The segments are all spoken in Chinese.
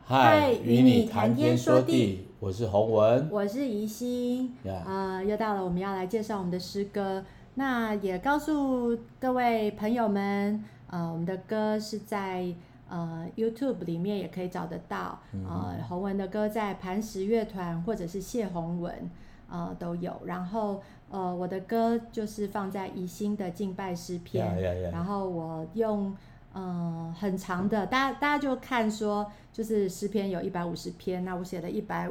嗨，与你谈天说地，我是洪文， 我是怡心。又到了我们要来介绍我们的诗歌，那也告诉各位朋友们，我们的歌是在YouTube 里面也可以找得到，洪文的歌在磐石乐团或者是谢洪文都有，然后我的歌就是放在怡心的敬拜诗篇，然后我用很长的，大家就看说，就是诗篇有150篇，那我写了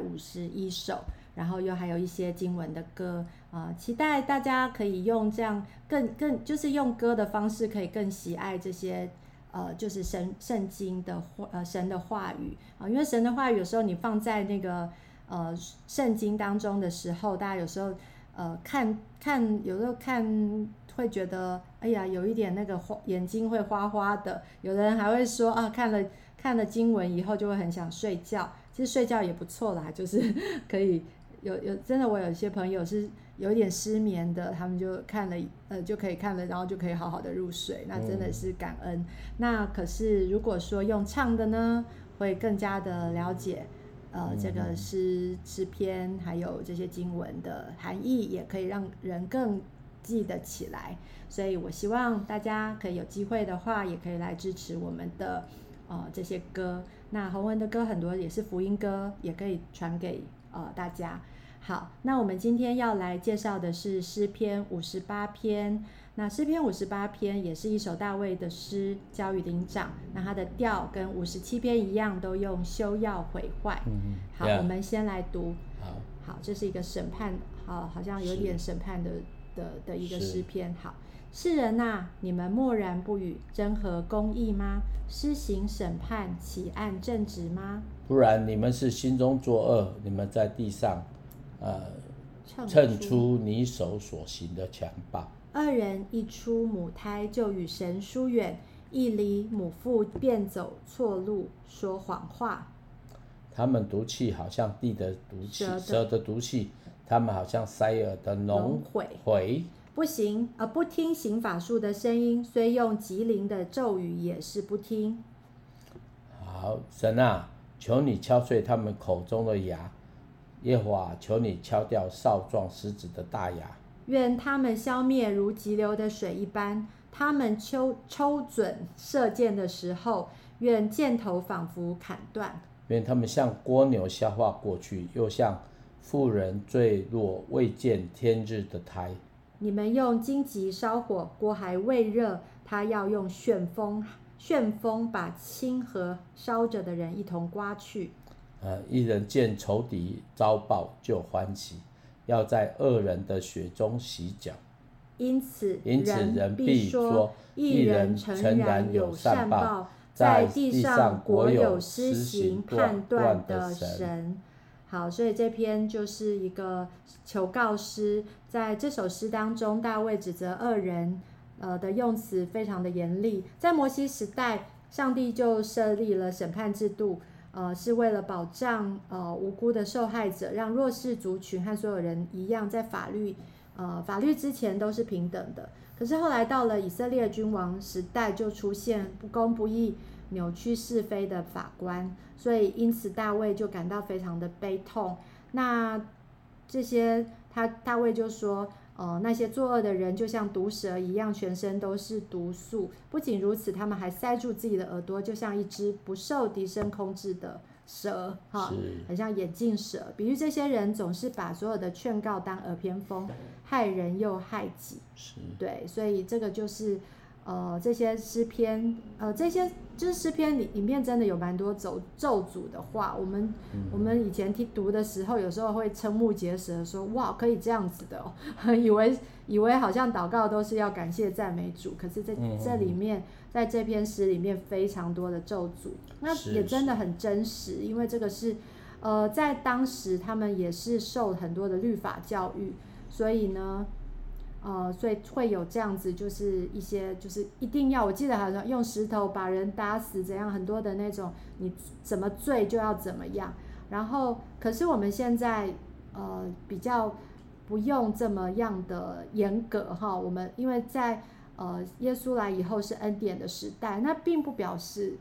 151首，然后又还有一些经文的歌，期待大家可以用这样更就是用歌的方式，可以更喜爱这些就是圣经的神的话语因为神的话语有时候你放在那个圣经当中的时候，大家有时候有时候看会觉得哎呀有一点那个眼睛会花花的，有的人还会说看了经文以后就会很想睡觉，其实睡觉也不错啦，就是可以真的我有一些朋友是有一点失眠的，他们就看了就可以看了，然后就可以好好的入睡，那真的是感恩。那可是如果说用唱的呢，会更加的了解这个诗篇还有这些经文的含义，也可以让人更记得起来。所以我希望大家可以有机会的话，也可以来支持我们的这些歌。那洪文的歌很多也是福音歌，也可以传给大家。好，那我们今天要来介绍的是诗篇58篇。那诗篇58篇也是一首大卫的诗，交与灵长。那它的调跟57篇一样，都用休要毁坏。好，我们先来读。好，这是一个审判，好像有点审判的一个诗篇。好，世人啊，你们默然不语，真合公义吗？施行审判，起案正直吗？ 不然你们是心中作恶，你们在地上称出你手所行的强暴。 二人一出母胎就与神疏远，一离母腹便走错路，说谎话。 他们毒气好像地的毒气，蛇的毒气，他们好像塞耳的脓毁。 不听行法术的声音，虽用极灵的咒语也是不听。 好，神啊，求你敲碎他们口中的牙，耶和华，求你敲掉少壮狮子的大牙。 愿他们消灭如急流的水一般，他们抽准射箭的时候，愿箭头仿佛砍断。 愿他们像蜗牛消化过去，又像妇人坠落未见天日的胎。 你们用荆棘烧火，锅还未热，他要用旋风把清河烧着的人一同刮去。 一人见仇敌遭报就欢喜，要在恶人的血中洗脚。 因此人必说，一人诚然有善报， 在地上国有施行判断的神。好，所以这篇就是一个求告诗。在这首诗当中，大卫指责恶人的用词非常的严厉。在摩西时代，上帝就设立了审判制度，是为了保障无辜的受害者，让弱势族群和所有人一样，在法律之前都是平等的。可是后来到了以色列君王时代，就出现不公不义、扭曲是非的法官，所以因此大卫就感到非常的悲痛。那这些大卫就说，那些作恶的人就像毒蛇一样，全身都是毒素。不仅如此，他们还塞住自己的耳朵，就像一只不受敌声控制的蛇，很像眼镜蛇。比喻这些人总是把所有的劝告当耳边风，害人又害己。对，所以这个就是这些诗篇，这些就是诗篇里面真的有蛮多咒诅的话。我们以前读的时候，有时候会瞠目结舌，说哇，可以这样子的哦，以为好像祷告都是要感谢赞美主，可是在这里面，在这篇诗里面非常多的咒诅，那也真的很真实，因为这个是在当时他们也是受很多的律法教育，所以呢。所以会有这样子，就是一些就是一定要，我记得好像用石头把人打死，怎样很多的那种，你怎么罪就要怎么样。然后，可是我们现在比较不用这么样的严格哈。我们因为在耶稣来以后是恩典的时代，那并不表示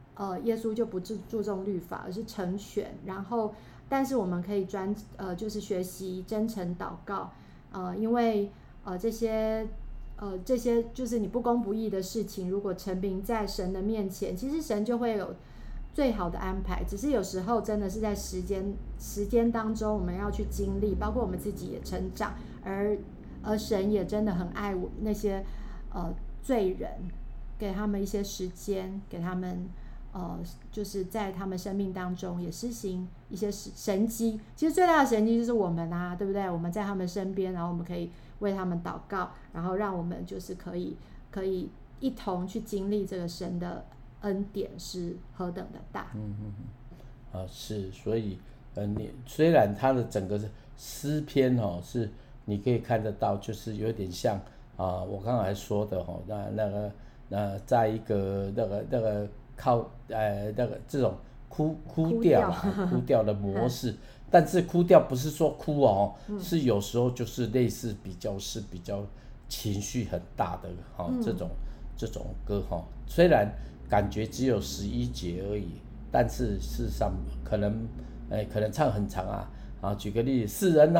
耶稣就不注重律法，而是成全。然后，但是我们可以就是学习真诚祷告，因为这些就是你不公不义的事情，如果陈明在神的面前，其实神就会有最好的安排。只是有时候真的是在时间当中，我们要去经历，包括我们自己也成长，而神也真的很爱那些罪人，给他们一些时间，给他们就是在他们生命当中也施行一些神迹。其实最大的神迹就是我们啊，对不对？我们在他们身边，然后我们可以为他们祷告，然后让我们就是可以一同去经历这个神的恩典是何等的大。 是，所以你虽然他的整个诗篇是你可以看得到，就是有点像我刚才说的在一个那个靠那个这种哭调的模式，但是哭调不是说哭是有时候就是类似比较情绪很大的这种歌虽然感觉只有11节而已，但是事实上可能唱很长举个例子，世人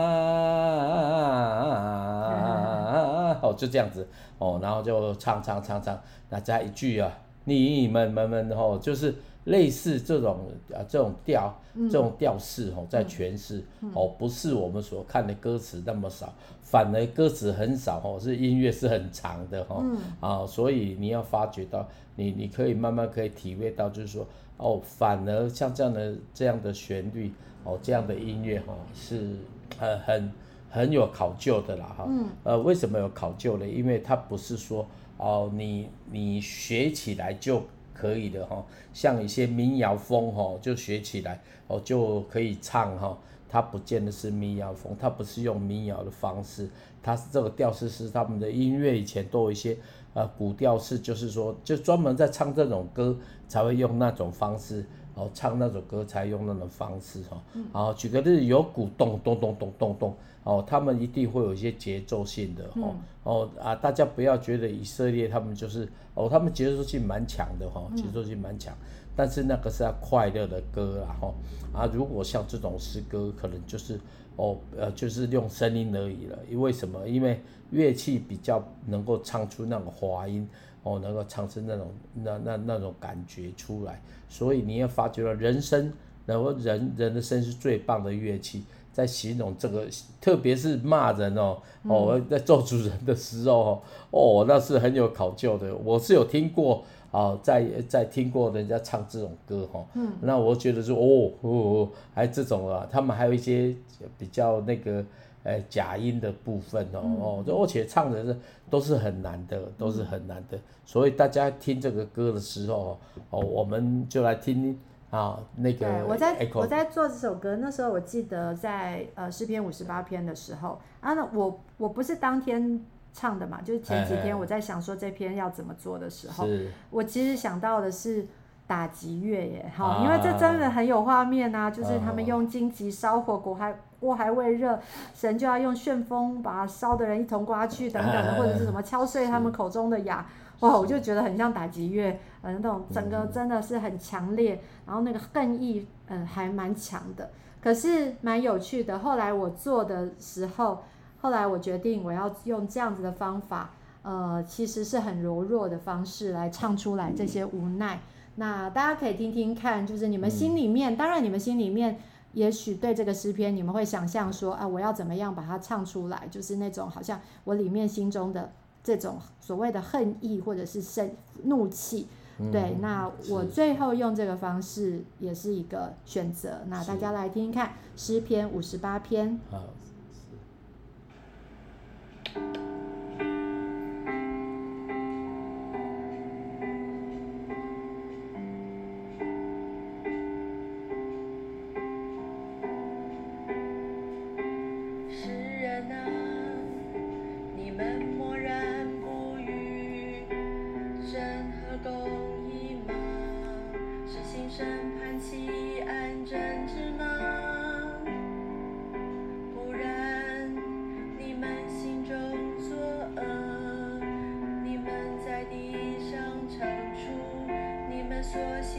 就这样子然后就唱，那加一句你们就是类似这种调式在诠释不是我们所看的歌词那么少，反而歌词很少是音乐是很长的所以你要发觉到你可以慢慢可以体会到，就是说反而像这样的旋律这样的音乐是很有考究的啦为什么有考究呢？因为它不是说你学起来就可以的像一些民谣风就学起来就可以唱它不见得是民谣风，它不是用民谣的方式，它是这个调式是他们的音乐以前都有一些古调式，就是说就专门在唱这种歌才会用那种方式唱那首歌才用那种方式举个例子，有鼓咚咚咚咚咚咚他们一定会有一些节奏性的大家不要觉得以色列他们就是他们节奏性蛮强的节奏性蛮强，但是那个是要快乐的歌啦如果像这种诗歌可能就是就是用声音而已了。为什么？因为乐器比较能够唱出那种滑音能够唱出那种感觉出来，所以你要发觉到人声，然后人的声是最棒的乐器，在形容这个，特别是骂人在咒诅人的时候那是很有考究的。我是有听过在听过人家唱这种歌那我觉得说还这种他们还有一些比较那个假音的部分而且唱的都是很难的，所以大家听这个歌的时候我们就来听那个对，我在做这首歌，那时候我记得在诗篇58篇的时候那我不是当天唱的嘛，就是前几天我在想说这篇要怎么做的时候，我其实想到的是打击乐耶因为这真的很有画面就是他们用荆棘烧火，锅还未热，神就要用旋风把烧的人一同刮去等等的，或者是什么敲碎他们口中的哑我就觉得很像打击乐那种整个真的是很强烈，然后那个恨意还蛮强的，可是蛮有趣的。后来我做的时候，后来我决定我要用这样子的方法其实是很柔弱的方式来唱出来这些无奈。那大家可以听听看，就是你们心里面当然你们心里面也许对这个诗篇你们会想象说我要怎么样把它唱出来，就是那种好像我里面心中的这种所谓的恨意或者是怒气对，那我最后用这个方式也是一个选择。那大家来听听看诗篇58篇。 所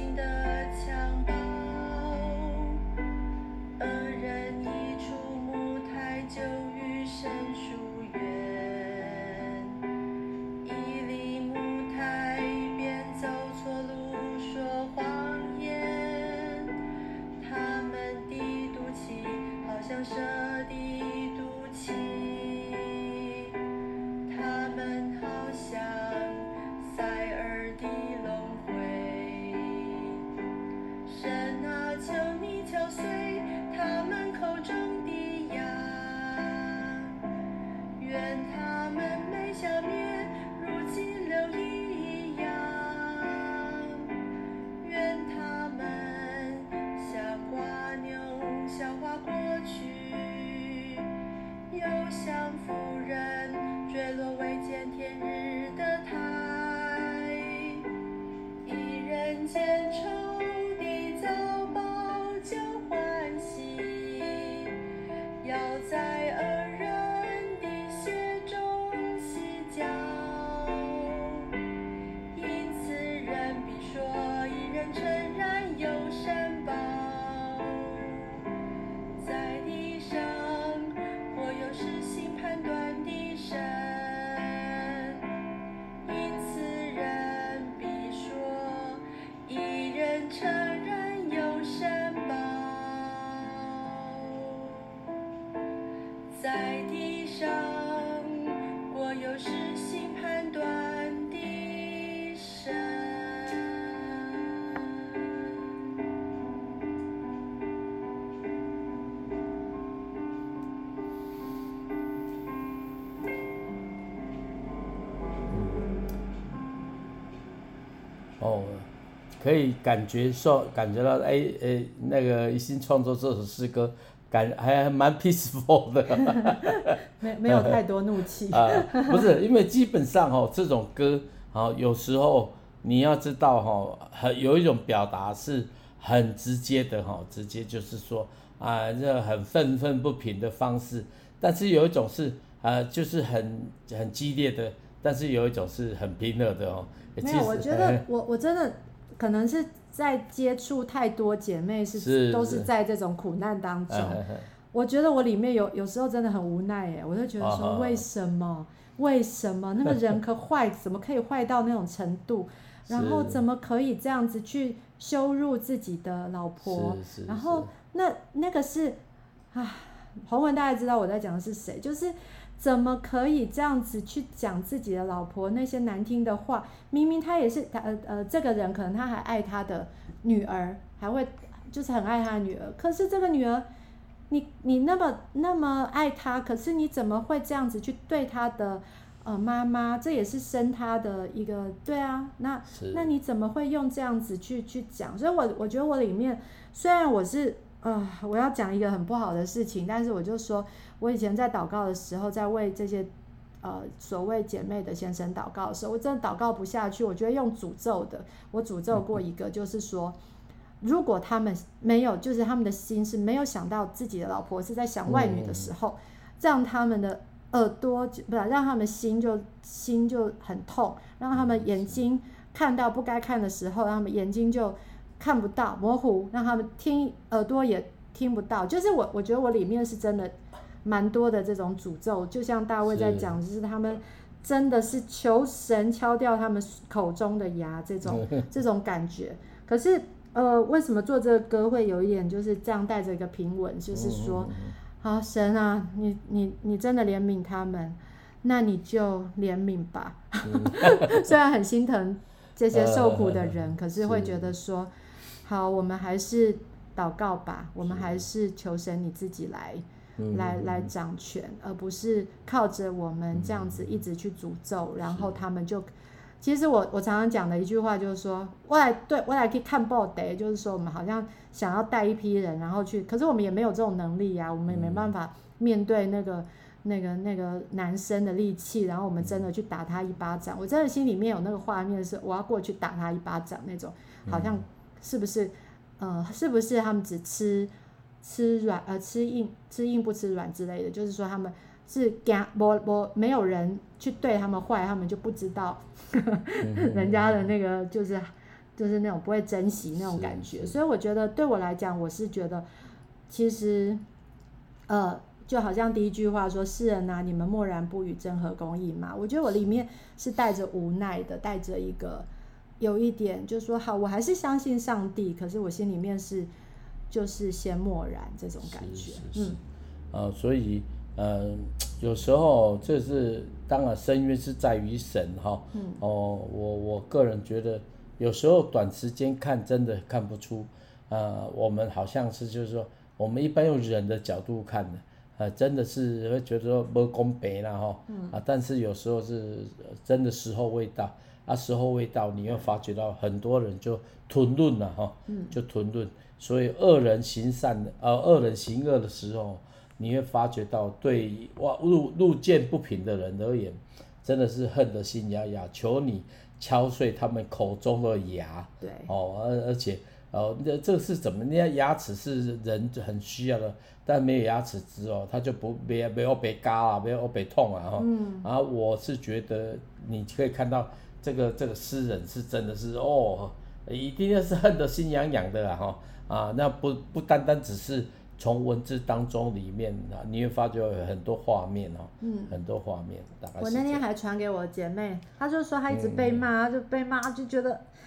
愿承认有神宝，在地上我有实行判断的神。 可以感觉到，那个一心创作这首诗歌，还蛮 peaceful 的， 没有太多怒气不是，因为基本上这种歌有时候你要知道有一种表达是很直接的直接就是说这很愤愤不平的方式，但是有一种是就是很激烈的，但是有一种是很平和的没有，我觉得我真的可能是在接触太多姐妹都是在这种苦难当中，我觉得我里面有时候真的很无奈耶，我就觉得说为什么那个人怎么可以坏到那种程度，然后怎么可以这样子去羞辱自己的老婆，然后那个是洪文大概知道我在讲的是谁，就是怎么可以这样子去讲自己的老婆那些难听的话？明明他也是这个人可能他还爱他的女儿，还会就是很爱他的女儿，可是这个女儿，你那么爱她，可是你怎么会这样子去对他的妈妈？这也是生他的一个对啊，那你怎么会用这样子去讲？所以我觉得我里面虽然我是我要讲一个很不好的事情，但是我就说我以前在祷告的时候，在为这些所谓姐妹的先生祷告的时候，我真的祷告不下去，我觉得用诅咒的，我诅咒过一个，就是说如果他们没有，就是他们的心是没有想到自己的老婆是在想外女的时候，让他们的耳朵不让他们心就很痛，让他们眼睛看到不该看的时候，让他们眼睛就看不到模糊，让他们耳朵也听不到，就是我觉得我里面是真的蛮多的这种诅咒，就像大卫在讲，就是他们真的是求神敲掉他们口中的牙这种感觉。可是为什么做这个歌会有一点就是这样带着一个平稳，就是说好神啊，你真的怜悯他们，那你就怜悯吧虽然很心疼这些受苦的人，可是会觉得说好，我们还是祷告吧，我们还是求神你自己来掌权，而不是靠着我们这样子一直去诅咒，然后他们就其实我常常讲的一句话就是说，我来去看报得，就是说我们好像想要带一批人，然后去，可是我们也没有这种能力啊，我们也没办法面对那个男生的力气，然后我们真的去打他一巴掌，我真的心里面有那个画面是我要过去打他一巴掌那种，好像是不是他们只吃软吃硬不吃软之类的，就是说他们是没有人去对他们坏，他们就不知道人家的那个就是那种不会珍惜那种感觉，所以我觉得对我来讲，我是觉得其实就好像第一句话说世人啊，你们默然不语，真合公义嘛，我觉得我里面是带着无奈的，带着一个有一点就是说好，我还是相信上帝，可是我心里面就是先默然这种感觉。 所以有时候这是当然深渊是在于神我个人觉得有时候短时间看真的看不出我们好像是就是说我们一般用人的角度看的真的是会觉得说不公平啦但是有时候是真的时候未到时候未到，你会发觉到很多人就吞论了就吞论，所以恶人行恶的时候，你会发觉到对路见不平的人而言，真的是恨得心痒痒，求你敲碎他们口中的牙。 对而且这个是怎么？那牙齿是人很需要的，但没有牙齿之后，他就没有被嘎啊，没有被痛啊我是觉得你可以看到这个诗人是真的是一定是恨得心痒痒的那不单单只是从文字当中里面你会发觉有很多画面很多画面。大概是我那天还传给我姐妹，她就说她一直被骂，就被骂就觉得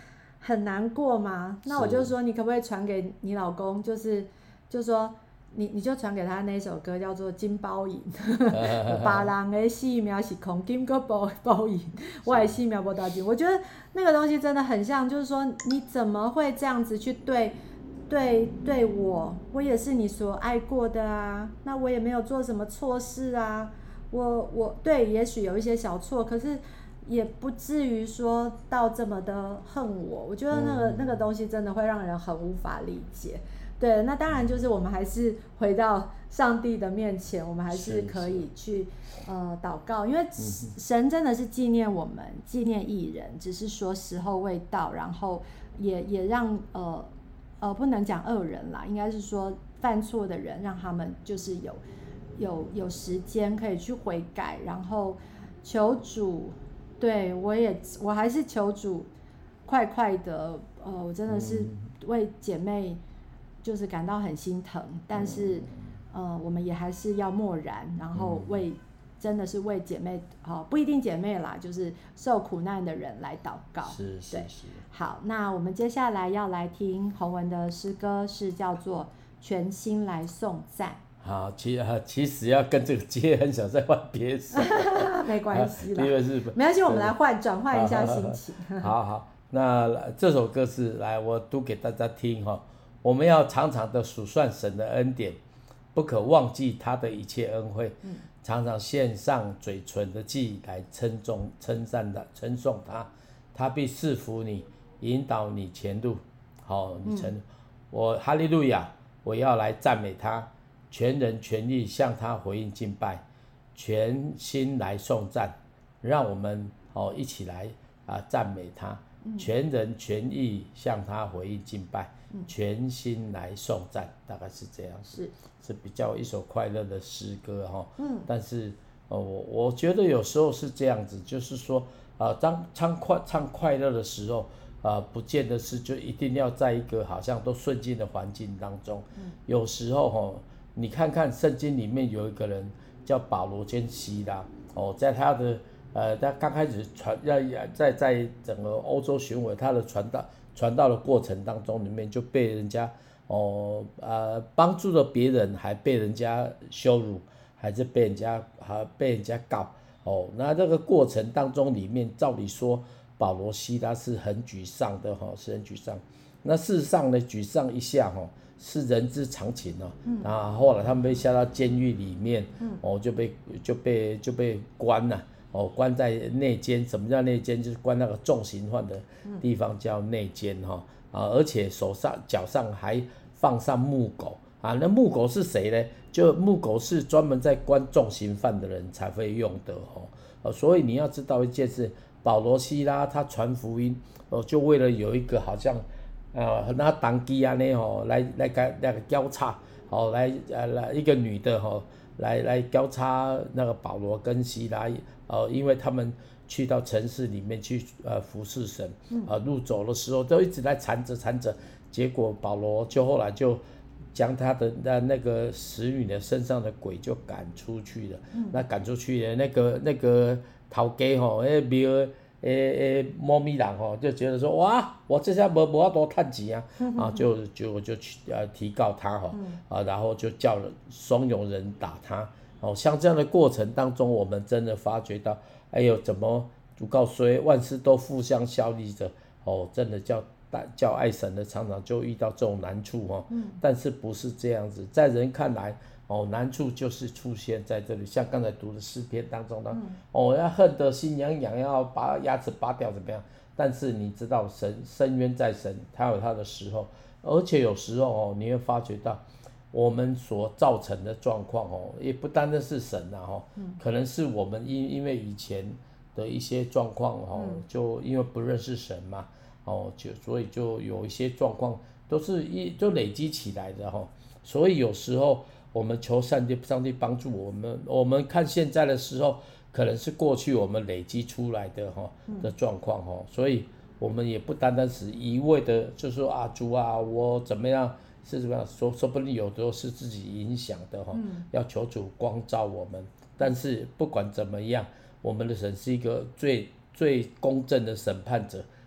很难过嘛。那我就说你可不可以传给你老公，就说你就传给他那首歌叫做《金包银》，别人的性命是空金搁包银，我的性命无大金。我觉得那个东西真的很像，就是说你怎么会这样子去对我也是你所爱过的啊，那我也没有做什么错事啊，我对，也许有一些小错，可是也不至于说到这么的恨我。我觉得那个东西真的会让人很无法理解。对，那当然就是我们还是回到上帝的面前，我们还是可以去祷告，因为神真的是纪念我们，纪念义人，只是说时候未到，然后也让不能讲恶人啦，应该是说犯错的人，让他们就是有时间可以去悔改，然后求主，对，我还是求主快的，我真的是为姐妹就是感到很心疼，但是我们也还是要默然，然后真的是为姐妹，不一定姐妹啦，就是受苦难的人来祷告。 是。 好，那我们接下来要来听洪文的诗歌，是叫做《全心来颂赞》。 好，其实要跟这个接，很想再换别首。 没关系啦， 因为是没关系，我们来转换一下心情。 好，那这首歌是来我读给大家听哈。我们要常常的数算神的恩典，不可忘记他的一切恩惠，常常献上嘴唇的祭来称颂他，他必赐福你，引导你前路。好，我哈利路亚，我要来赞美他，全人全意向他回应敬拜，全心来颂赞。让我们一起来赞美他，全人全意向他回应敬拜，全心来颂赞，大概是这样，是比较一首快乐的诗歌哈。但是我觉得有时候是这样子，就是说当唱快乐的时候，不见得是就一定要在一个好像都顺境的环境当中。有时候你看看圣经里面有一个人叫保罗跟希拉，在他的他刚开始在整个欧洲巡回，他的传道的过程当中，里面就被人家帮助了别人，还被人家羞辱，还是被人家告。那这个过程当中里面，照理说保罗希拉是很沮丧的是很沮丧。那事实上呢，沮丧一下是人之常情然后后来他们被下到监狱里面，就被关了。关在内监。什么叫内监？就是关那个重刑犯的地方叫内监而且脚上还放上木狗那木狗是谁呢？就木狗是专门在关重刑犯的人才会用的所以你要知道一件事，保罗希拉他传福音就为了有一个好像那当机来交叉来一个女的来交叉那个保罗跟希拉因为他们去到城市里面去服侍神路走的时候都一直在缠着，结果保罗就后来就将他的那个使女的身上的鬼就赶出去了。那赶出去的那个头家那庙猫咪人就觉得说哇，我这下没法多赚钱就提告他然后就叫怂恿人打他像这样的过程当中，我们真的发觉到，哎呦，怎么主告说万事都互相效力着真的叫爱神的常常就遇到这种难处但是不是这样子，在人看来难处就是出现在这里，像刚才读的诗篇当中的要恨得心痒痒，要把牙齿拔掉怎么样？但是你知道深渊在神，他有他的时候，而且有时候你会发觉到我们所造成的状况也不单单是神可能是我们因为以前的一些状况就因为不认识神嘛所以就有一些状况都是就累积起来的所以有时候我们求上帝帮助我们看现在的时候，可能是过去我们累积出来的的状况所以我们也不单单是一味的就说主我怎么样是怎么样，说不定有的时候是自己影响的要求主光照我们。但是不管怎么样，我们的神是一个最公正的审判者，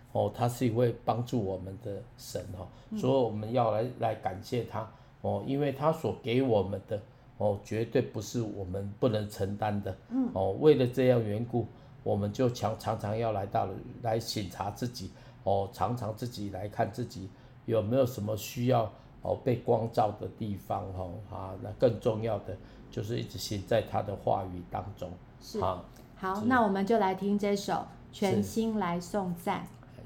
他是一位帮助我们的神所以我们要来感谢他因为他所给我们的绝对不是我们不能承担的为了这样缘故，我们就常常要来省察自己常常自己来看自己有没有什么需要被光照的地方那更重要的就是一直行在他的话语当中。 是好，那我们就来听这首《全心来颂赞》。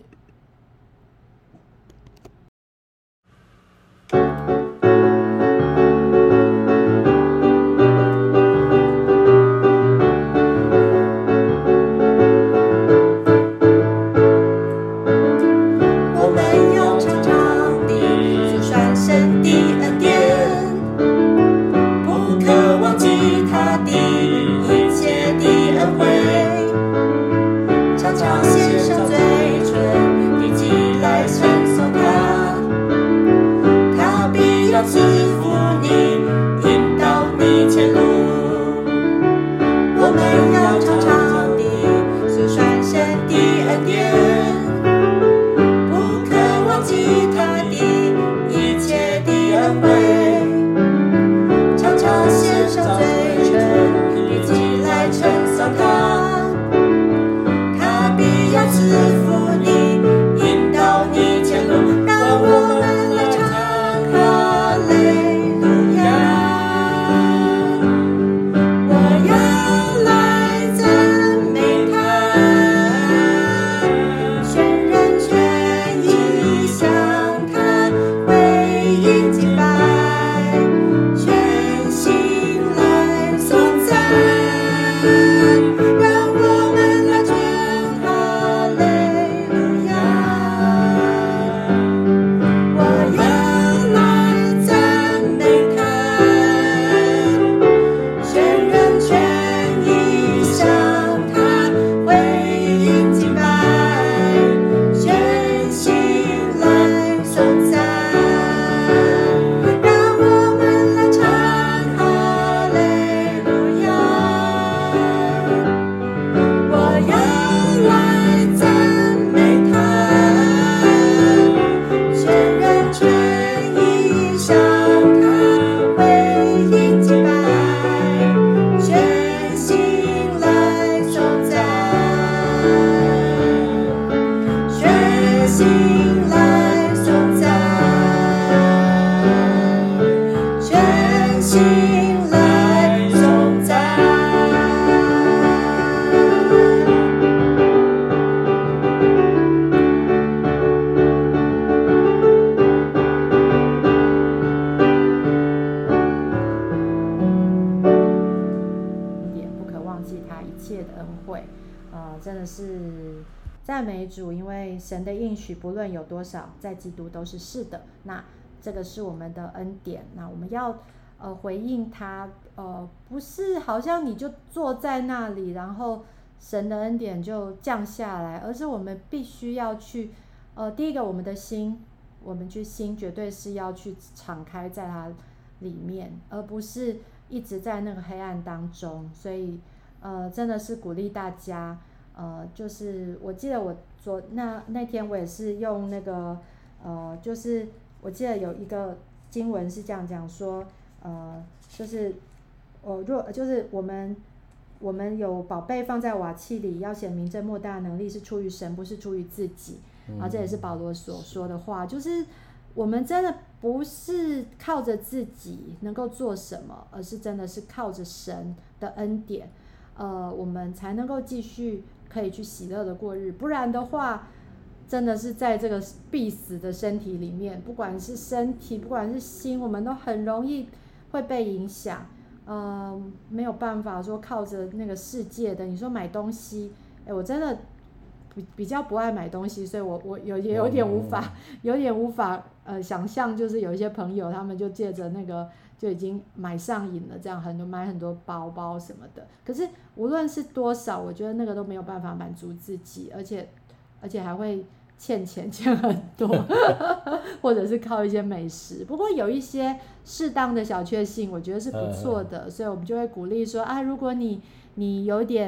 真的是赞美主，因为神的应许不论有多少，在基督都是是的。那这个是我们的恩典，那我们要回应他，不是好像你就坐在那里，然后神的恩典就降下来，而是我们必须要去，第一个我们的心，我们心绝对是要去敞开在它里面，而不是一直在那个黑暗当中。所以真的是鼓励大家。就是我记得我那天我也是用那个就是我记得有一个经文是这样讲说，就是就是我们有宝贝放在瓦器里，要显明这莫大的能力是出于神，不是出于自己。这也是保罗所说的话，就是我们真的不是靠着自己能够做什么，而是真的是靠着神的恩典，我们才能够继续可以去喜乐的过日，不然的话真的是在这个必死的身体里面，不管是身体不管是心，我们都很容易会被影响。没有办法说靠着那个世界的，你说买东西，我真的比较不爱买东西，所以我也有点无法想象，就是有一些朋友他们就借着那个就已经买上瘾了，这样买很多包包什么的。可是无论是多少，我觉得那个都没有办法满足自己，而且还会欠很多或者是靠一些美食。不过有一些适当的小确幸，我觉得是不错的，所以我们就会鼓励说如果你有点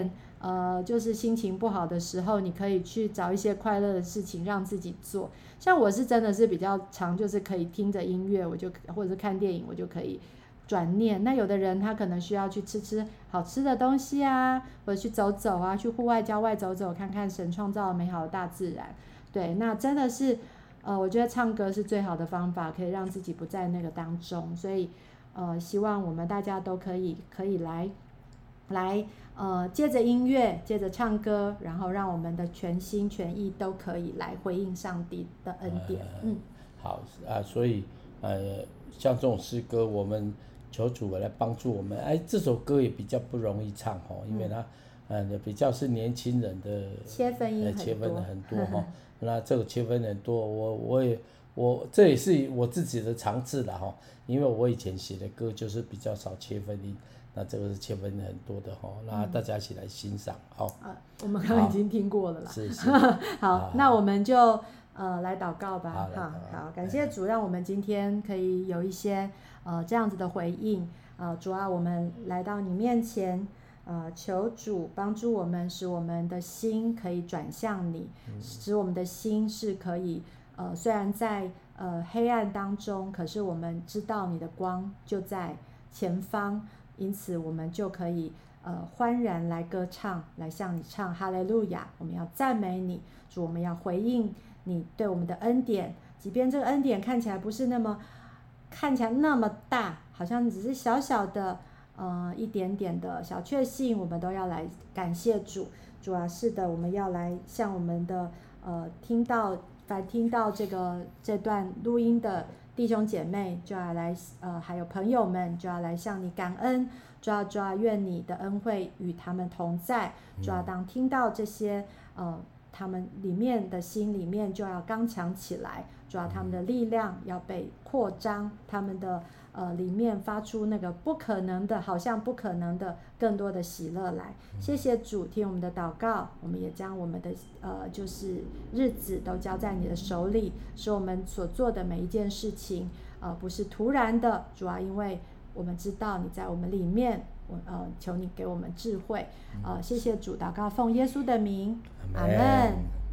就是心情不好的时候，你可以去找一些快乐的事情让自己做。像我是真的是比较常，就是可以听着音乐，或者是看电影，我就可以转念。那有的人他可能需要去吃好吃的东西啊，或者去走走啊，去户外郊外走走，看看神创造美好的大自然。对，那真的是我觉得唱歌是最好的方法，可以让自己不在那个当中。所以希望我们大家都可以来借着音乐，借着唱歌，然后让我们的全心全意都可以来回应上帝的恩典。 好所以像这种诗歌，我们求主来帮助我们。这首歌也比较不容易唱因为它比较是年轻人的切分音很多那这个切分很多，我这也是我自己的长处啦因为我以前写的歌就是比较少切分音。那这个是切分很多的那大家一起来欣赏我们刚刚已经听过了啦。 是好，那我们就来祷告吧。 好， 感谢主，让我们今天可以有一些这样子的回应。主啊，我们来到你面前，求主帮助我们，使我们的心可以转向你，使我们的心是可以虽然在黑暗当中，可是我们知道你的光就在前方。因此我们就可以欢然来歌唱，来向你唱哈利路亚。我们要赞美你，主，我们要回应你对我们的恩典，即便这个恩典看起来不是看起来那么大，好像只是小小的一点点的小确幸，我们都要来感谢主。主啊，是的，我们要来向我们的听到这段录音的弟兄姐妹，就要来还有朋友们，就要来向你感恩。主啊，愿你的恩惠与他们同在。主啊，当听到这些他们心里面就要刚强起来。主啊，他们的力量要被扩张，他们的里面发出那个好像不可能的更多的喜乐来。谢谢主，听我们的祷告，我们也将我们的就是日子都交在你的手里，使我们所做的每一件事情不是突然的。主啊，因为我们知道你在我们里面，求你给我们智慧。谢谢主，祷告奉耶稣的名，阿们。